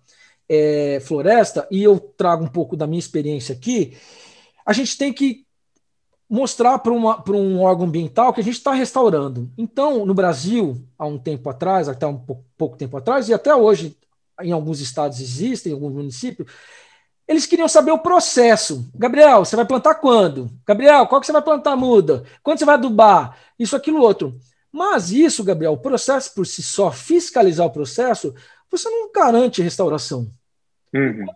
floresta, e eu trago um pouco da minha experiência aqui, a gente tem que mostrar para um órgão ambiental que a gente está restaurando. Então, no Brasil, há um tempo atrás, até um pouco tempo atrás, e até hoje, em alguns estados existem, em alguns municípios, eles queriam saber o processo. Gabriel, você vai plantar quando? Gabriel, qual que você vai plantar muda? Quando você vai adubar? Isso, aquilo, outro. Mas isso, Gabriel, o processo por si só, fiscalizar o processo, você não garante restauração. Uhum.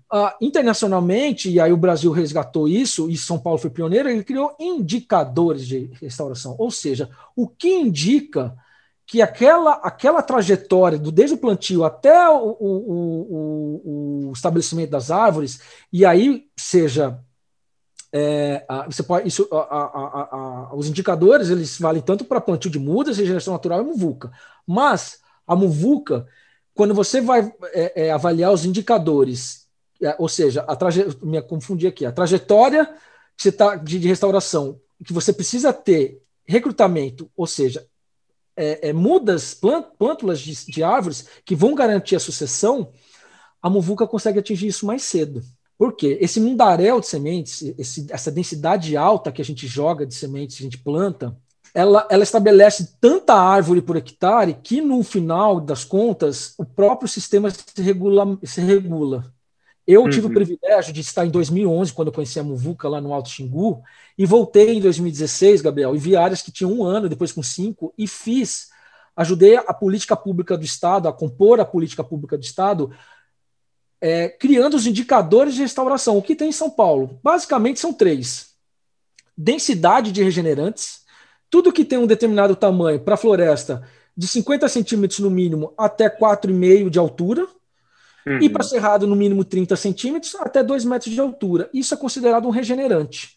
Internacionalmente, e aí o Brasil resgatou isso, e São Paulo foi pioneiro, ele criou indicadores de restauração, ou seja, o que indica que aquela trajetória, desde o plantio até o estabelecimento das árvores, e aí seja. Você pode, isso, os indicadores eles valem tanto para plantio de mudas, regeneração natural e muvuca. Mas a muvuca, quando você vai avaliar os indicadores, ou seja, me confundi aqui, a trajetória que você tá, de restauração, que você precisa ter recrutamento, ou seja, mudas, plântulas de árvores que vão garantir a sucessão, a muvuca consegue atingir isso mais cedo. Por quê? Esse mundaréu de sementes, essa densidade alta que a gente joga de sementes, que a gente planta, ela estabelece tanta árvore por hectare que, no final das contas, o próprio sistema se regula. Eu tive o Uhum. privilégio de estar em 2011, quando eu conheci a Muvuca lá no Alto Xingu, e voltei em 2016, Gabriel, e vi áreas que tinham 1 ano, depois com 5, e ajudei a política pública do Estado, a compor a política pública do Estado, criando os indicadores de restauração. O que tem em São Paulo? Basicamente são 3. Densidade de regenerantes, tudo que tem um determinado tamanho para a floresta, de 50 centímetros no mínimo até 4,5 de altura, e para Uhum. cerrado no mínimo 30 centímetros até 2 metros de altura. Isso é considerado um regenerante.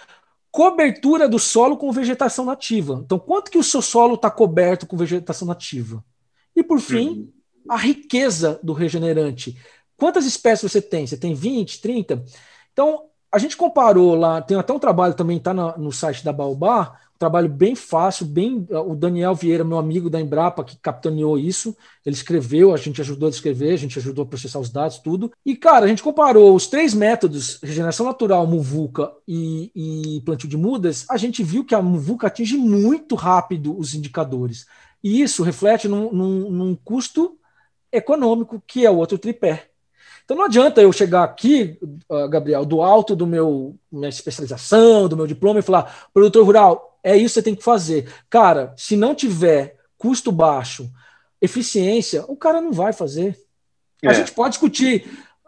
Cobertura do solo com vegetação nativa. Então, quanto que o seu solo está coberto com vegetação nativa? E, por fim, Uhum. a riqueza do regenerante. Quantas espécies você tem? Você tem 20, 30? Então, a gente comparou lá, tem até um trabalho também, está no site da Baobá, um trabalho bem fácil, o Daniel Vieira, meu amigo da Embrapa, que capitaneou isso, ele escreveu, a gente ajudou a escrever, a gente ajudou a processar os dados, tudo. E, cara, a gente comparou os 3 métodos, regeneração natural, muvuca e plantio de mudas, a gente viu que a muvuca atinge muito rápido os indicadores. E isso reflete num custo econômico, que é o outro tripé. Então não adianta eu chegar aqui, Gabriel, do alto minha especialização, do meu diploma, e falar: produtor rural, é isso que você tem que fazer. Cara, se não tiver custo baixo, eficiência, o cara não vai fazer. A gente É. pode discutir,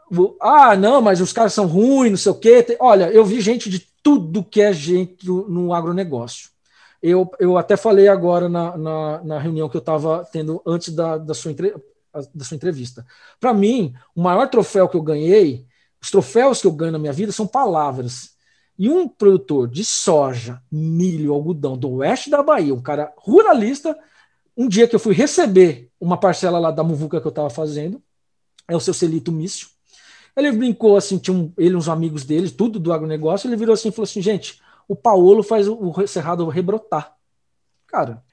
não, mas os caras são ruins, não sei o quê. Olha, eu vi gente de tudo que é gente no agronegócio. Eu até falei agora na reunião que eu estava tendo antes da sua entrevista. Para mim, o maior troféu que eu ganhei, os troféus que eu ganho na minha vida são palavras. E um produtor de soja, milho, algodão do oeste da Bahia, um cara ruralista, um dia que eu fui receber uma parcela lá da muvuca que eu estava fazendo, é o seu Celito Mício, Ele brincou assim, ele uns amigos dele, tudo do agronegócio, ele virou assim e falou assim, gente, o Paulo faz o cerrado rebrotar. Cara,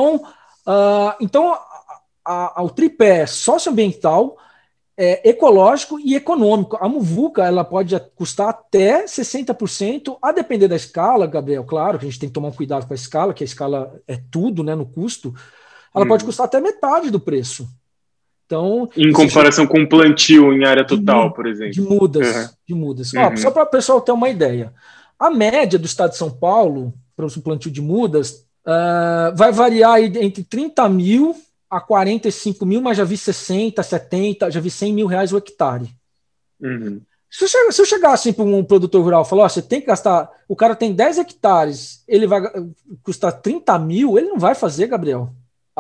então o tripé socioambiental, ecológico e econômico. A muvuca ela pode custar até 60%, a depender da escala, Gabriel, claro, que a gente tem que tomar um cuidado com a escala, que a escala é tudo, né, no custo. Ela pode custar até metade do preço. Então, em comparação com plantio em área total, por exemplo. De mudas. Só para o pessoal ter uma ideia. A média do estado de São Paulo, para o plantio de mudas, vai variar entre 30 mil a 45 mil, mas já vi 60, 70, já vi 100 mil reais o hectare. Se eu chegar assim para um produtor rural e falar, você tem que gastar, o cara tem 10 hectares, ele vai custar 30 mil, ele não vai fazer, Gabriel.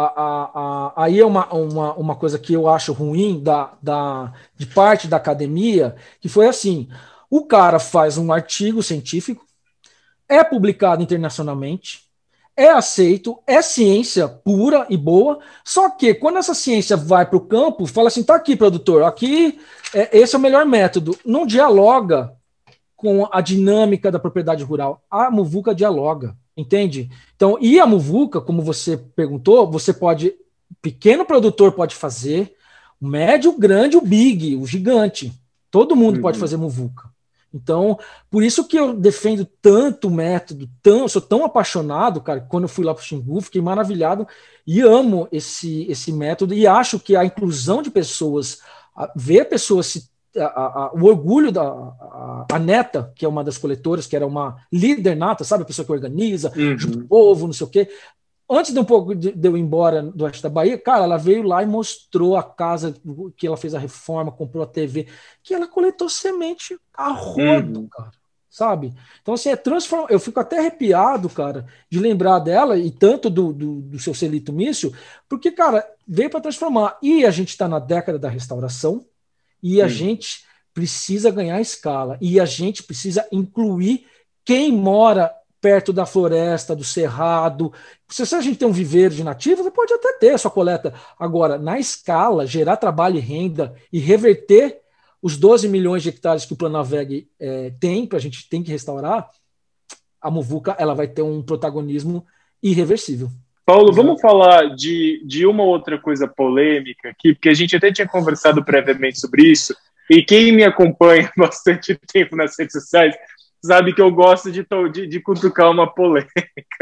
Aí é uma coisa que eu acho ruim de parte da academia, que foi assim, o cara faz um artigo científico, é publicado internacionalmente, é aceito, é ciência pura e boa, só que quando essa ciência vai para o campo, fala assim, tá aqui, produtor, aqui, esse é o melhor método, não dialoga com a dinâmica da propriedade rural. A muvuca dialoga, entende? Então, e a muvuca, como você perguntou, pequeno produtor pode fazer, o médio, o grande, o big, o gigante, todo mundo pode fazer muvuca. Então, por isso que eu defendo tanto o método, eu sou tão apaixonado, cara, quando eu fui lá para o Xingu, fiquei maravilhado e amo esse método e acho que a inclusão de pessoas, ver pessoas o orgulho a Neta, que é uma das coletoras, que era uma líder nata, sabe, a pessoa que organiza, junto com o povo, não sei o quê. Antes de um pouco de eu ir embora do oeste da Bahia, cara, ela veio lá e mostrou a casa que ela fez a reforma, comprou a TV, que ela coletou semente a rodo, cara, sabe? Então, assim, eu fico até arrepiado, cara, de lembrar dela e tanto do seu Celito Mício, porque, cara, veio para transformar. E a gente está na década da restauração e a gente precisa ganhar escala e a gente precisa incluir quem mora perto da floresta, do cerrado. Se a gente tem um viveiro de nativos, você pode até ter a sua coleta. Agora, na escala, gerar trabalho e renda e reverter os 12 milhões de hectares que o Planaveg tem, que a gente tem que restaurar, a muvuca ela vai ter um protagonismo irreversível. Paulo, vamos falar de uma outra coisa polêmica aqui, porque a gente até tinha conversado previamente sobre isso, e quem me acompanha há bastante tempo nas redes sociais sabe que eu gosto de cutucar uma polêmica.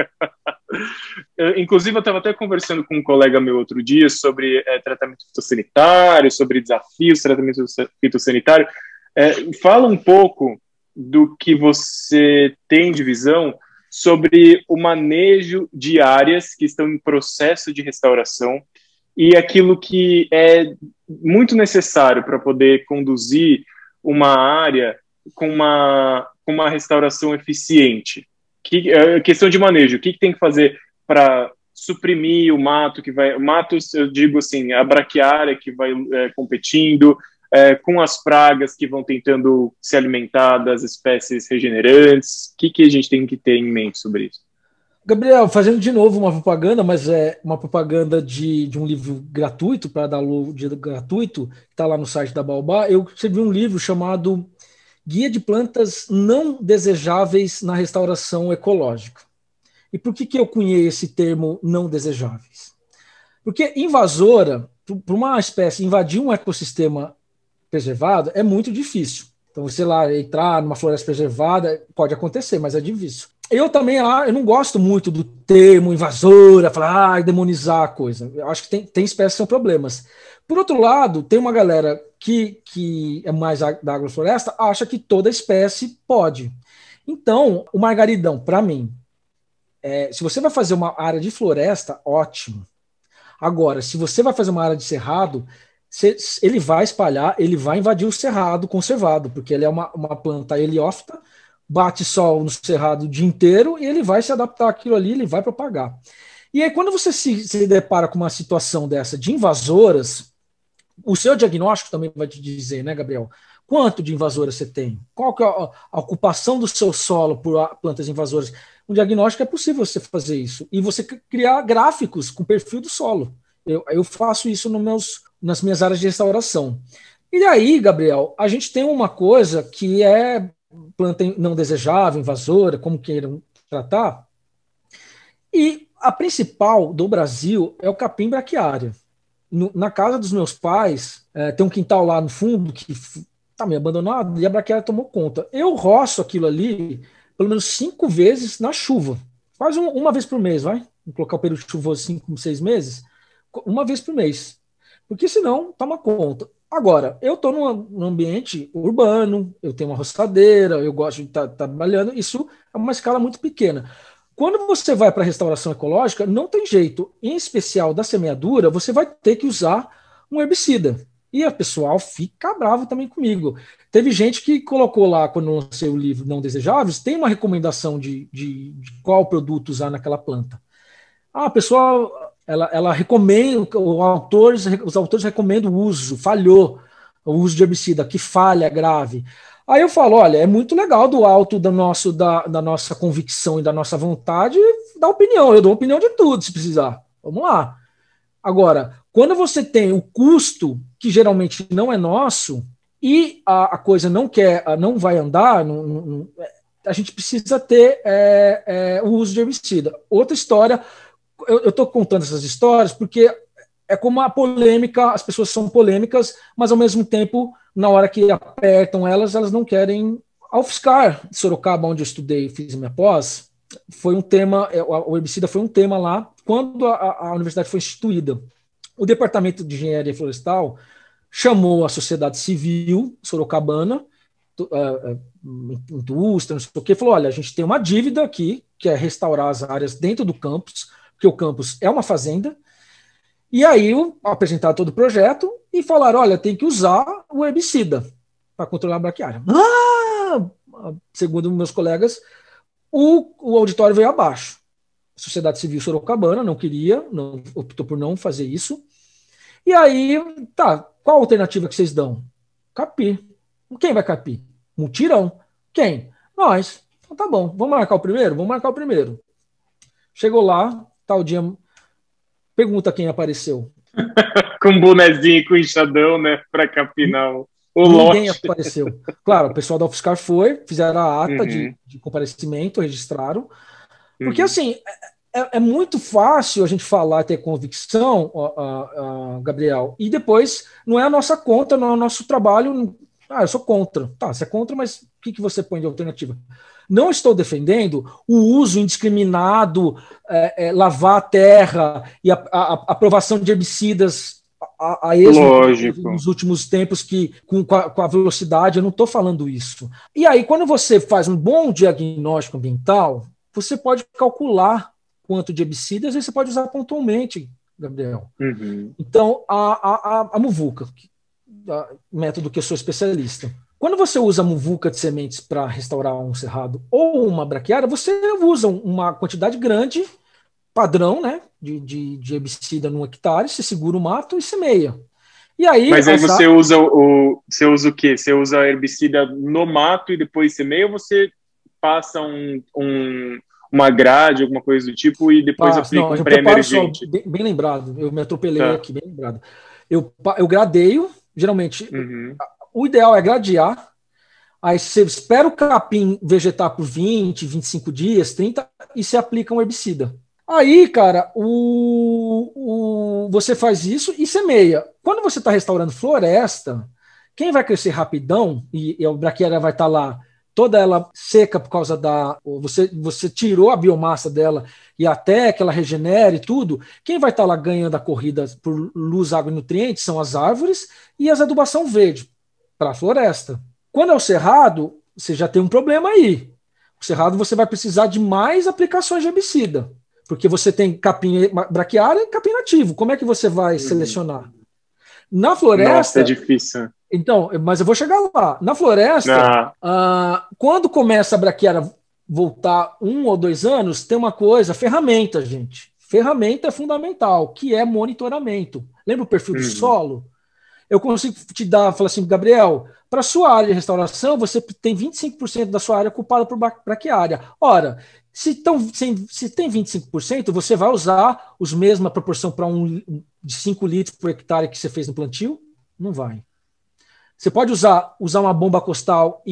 Inclusive, eu estava até conversando com um colega meu outro dia sobre tratamento fitossanitário, sobre desafios de tratamento fitossanitário. Fala um pouco do que você tem de visão sobre o manejo de áreas que estão em processo de restauração e aquilo que é muito necessário para poder conduzir uma área com uma restauração eficiente. Questão de manejo, o que tem que fazer para suprimir o mato que vai... Matos, eu digo assim, a braquiária que vai competindo, com as pragas que vão tentando se alimentar das espécies regenerantes. O que a gente tem que ter em mente sobre isso? Gabriel, fazendo de novo uma propaganda, mas é uma propaganda de um livro gratuito, para download gratuito, que está lá no site da Baobá. Eu escrevi um livro chamado Guia de Plantas Não Desejáveis na Restauração Ecológica. E por que eu cunhei esse termo não desejáveis? Porque invasora, para uma espécie invadir um ecossistema preservado, é muito difícil. Então, você lá entrar numa floresta preservada, pode acontecer, mas é difícil. Eu também eu não gosto muito do termo invasora, falar, demonizar a coisa. Eu acho que tem espécies que são problemas. Por outro lado, tem uma galera que é mais da agrofloresta, acha que toda espécie pode. Então, o margaridão, para mim, se você vai fazer uma área de floresta, ótimo. Agora, se você vai fazer uma área de cerrado, ele vai espalhar, ele vai invadir o cerrado conservado, porque ele é uma planta heliófita, bate sol no cerrado o dia inteiro e ele vai se adaptar àquilo ali, ele vai propagar. E aí, quando você se depara com uma situação dessa de invasoras, o seu diagnóstico também vai te dizer, né, Gabriel? Quanto de invasoras você tem? Qual que é a ocupação do seu solo por plantas invasoras? Um diagnóstico é possível você fazer isso. E você criar gráficos com perfil do solo. Eu faço isso nas minhas áreas de restauração. E aí, Gabriel, a gente tem uma coisa que é planta não desejável, invasora, como queiram tratar, e a principal do Brasil é o capim braquiária. Na casa dos meus pais, tem um quintal lá no fundo que está meio abandonado e a braquiária tomou conta. Eu roço aquilo ali pelo menos 5 vezes na chuva. Quase uma vez por mês, vai? Vou colocar o período chuvoso 5, 6 meses, uma vez por mês. Porque senão toma conta. Agora, eu estou num ambiente urbano, eu tenho uma roçadeira, eu gosto de estar trabalhando, isso é uma escala muito pequena. Quando você vai para a restauração ecológica, não tem jeito. Em especial da semeadura, você vai ter que usar um herbicida. E o pessoal fica bravo também comigo. Teve gente que colocou lá, quando lancei o livro Não Desejáveis, tem uma recomendação de qual produto usar naquela planta. Ah, a pessoa, ela recomenda, os autores recomendam o uso, falhou o uso de herbicida, que falha grave. Aí eu falo, olha, é muito legal do alto da nossa convicção e da nossa vontade dar opinião. Eu dou opinião de tudo, se precisar. Vamos lá. Agora, quando você tem o custo, que geralmente não é nosso, e a coisa não vai andar, a gente precisa ter o uso de herbicida. Outra história, eu estou contando essas histórias porque é como a polêmica, as pessoas são polêmicas, mas ao mesmo tempo, na hora que apertam elas não querem. A UFSCar de Sorocaba, onde eu estudei e fiz minha pós, foi um tema, o herbicida foi um tema lá, quando a universidade foi instituída. O Departamento de Engenharia Florestal chamou a sociedade civil sorocabana, indústria, não sei o que, falou, olha, a gente tem uma dívida aqui, que é restaurar as áreas dentro do campus, porque o campus é uma fazenda. E aí apresentaram todo o projeto e falaram, olha, tem que usar o herbicida para controlar a braquiária. Segundo meus colegas, o auditório veio abaixo. A Sociedade Civil Sorocabana não queria, optou por não fazer isso. E aí, tá, qual a alternativa que vocês dão? Capir. Quem vai capir? Mutirão. Quem? Nós. Então tá bom, vamos marcar o primeiro? Vamos marcar o primeiro. Chegou lá, tal dia... Pergunta quem apareceu. Com bonezinho, com enxadão, né? Para capinar o Ninguém lote. apareceu. Claro, o pessoal da UFSCar foi, fizeram a ata de comparecimento, registraram. Porque, assim, é muito fácil a gente falar, ter convicção, Gabriel, e depois não é a nossa conta, não é o nosso trabalho. Eu sou contra. Tá, você é contra, mas o que você põe de alternativa? Não estou defendendo o uso indiscriminado, lavar a terra e a aprovação de herbicidas a esmo nos últimos tempos, que com a velocidade, eu não estou falando isso. E aí, quando você faz um bom diagnóstico ambiental, você pode calcular quanto de herbicidas e você pode usar pontualmente, Gabriel. Então, a muvuca, método que eu sou especialista. Quando você usa muvuca de sementes para restaurar um cerrado ou uma braquiária, você usa uma quantidade grande, padrão, né, de herbicida num hectare, você segura o mato e semeia. E aí, mas aí você usa o quê? Você usa herbicida no mato e depois semeia, ou você passa uma grade, alguma coisa do tipo, e depois aplica um pré-emergente? Bem lembrado, eu me atropelei aqui, bem lembrado. Eu gradeio, geralmente, o ideal é gradear, aí você espera o capim vegetar por 20, 25 dias, 30, e você aplica um herbicida. Aí, cara, você faz isso e semeia. Quando você está restaurando floresta, quem vai crescer rapidão, e a braquiária vai estar lá, toda ela seca por causa você tirou a biomassa dela e até que ela regenere tudo, quem vai estar lá ganhando a corrida por luz, água e nutrientes são as árvores e as adubação verde para a floresta. Quando é o cerrado, você já tem um problema aí. O cerrado você vai precisar de mais aplicações de herbicida, porque você tem capim braquiária e capim nativo. Como é que você vai selecionar? Na floresta... Nossa, é difícil. Então, mas eu vou chegar lá. Na floresta, quando começa a braquiária voltar 1 ou 2 anos, tem uma coisa, ferramenta, gente. Ferramenta é fundamental, que é monitoramento. Lembra o perfil do solo? Eu consigo te dar, falar assim, Gabriel, para sua área de restauração, você tem 25% da sua área ocupada por braquiária. Ora, se tem 25%, você vai usar a mesma proporção para de 5 litros por hectare que você fez no plantio? Não vai. Você pode usar uma bomba costal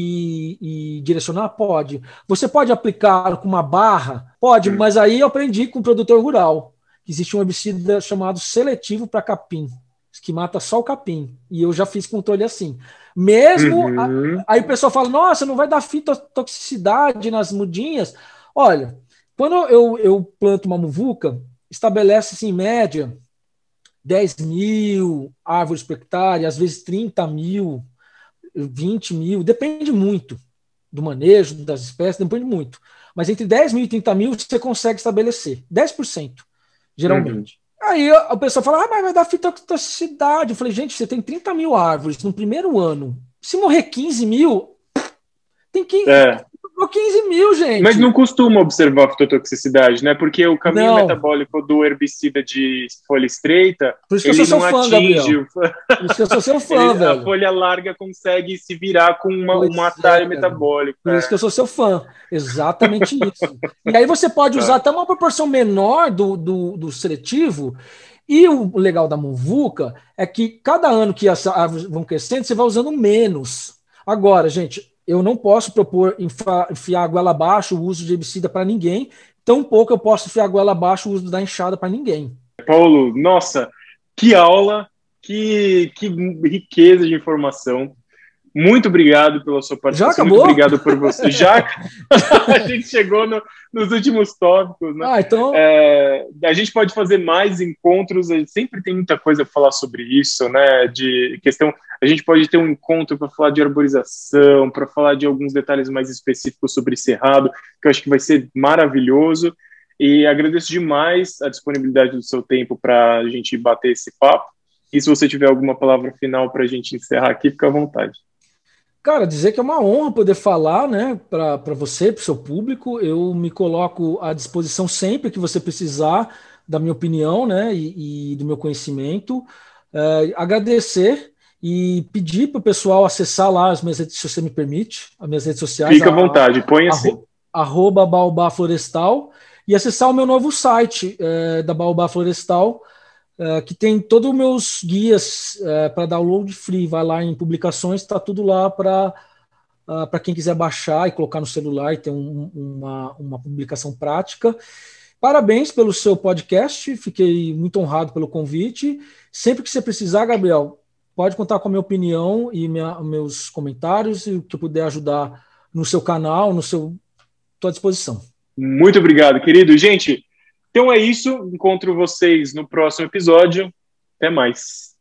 e direcionar? Pode. Você pode aplicar com uma barra? Pode, mas aí eu aprendi com o produtor rural, que existe um herbicida chamado seletivo para capim, que mata só o capim. E eu já fiz controle assim. Mesmo. Aí o pessoal fala: nossa, não vai dar fitotoxicidade nas mudinhas. Olha, quando eu planto uma muvuca, estabelece-se em média 10 mil árvores por hectare, às vezes 30 mil, 20 mil, depende muito do manejo das espécies, depende muito. Mas entre 10 mil e 30 mil você consegue estabelecer, 10%, geralmente. Aí o pessoal fala, mas vai dar fitotoxicidade. Eu falei, gente, você tem 30 mil árvores no primeiro ano. Se morrer 15 mil, tem 15 mil, gente. Mas não costuma observar fitotoxicidade, né? Porque o caminho metabólico do herbicida de folha estreita, por isso que ele eu sou seu fã, Gabriel. Por isso que eu sou seu fã, velho. A folha larga consegue se virar com um atalho metabólico. Por isso que eu sou seu fã. Exatamente isso. E aí você pode usar até uma proporção menor do seletivo. E o legal da muvuca é que cada ano que as árvores vão crescendo, você vai usando menos. Agora, gente, eu não posso propor enfiar a goela abaixo o uso de herbicida para ninguém, tampouco eu posso enfiar a goela abaixo o uso da enxada para ninguém. Paulo, nossa, que aula, que riqueza de informação. Muito obrigado pela sua participação. Já acabou? Muito obrigado por você. Já a gente chegou nos últimos tópicos, né? Então... a gente pode fazer mais encontros, a gente sempre tem muita coisa para falar sobre isso, né? A gente pode ter um encontro para falar de arborização, para falar de alguns detalhes mais específicos sobre cerrado, que eu acho que vai ser maravilhoso. E agradeço demais a disponibilidade do seu tempo para a gente bater esse papo. E se você tiver alguma palavra final para a gente encerrar aqui, fica à vontade. Cara, dizer que é uma honra poder falar, né, para você, para o seu público. Eu me coloco à disposição sempre que você precisar da minha opinião, né, e do meu conhecimento. Agradecer e pedir para o pessoal acessar lá as minhas redes, se você me permite, as minhas redes sociais. Fica à vontade, põe assim. @Baobá Florestal e acessar o meu novo site da Baobá Florestal, que tem todos os meus guias para download free. Vai lá em publicações, está tudo lá para quem quiser baixar e colocar no celular e ter uma publicação prática. Parabéns pelo seu podcast, fiquei muito honrado pelo convite. Sempre que você precisar, Gabriel, pode contar com a minha opinião e meus comentários, e o que eu puder ajudar no seu canal, estou à disposição. Muito obrigado, querido. Gente, então é isso. Encontro vocês no próximo episódio. Até mais.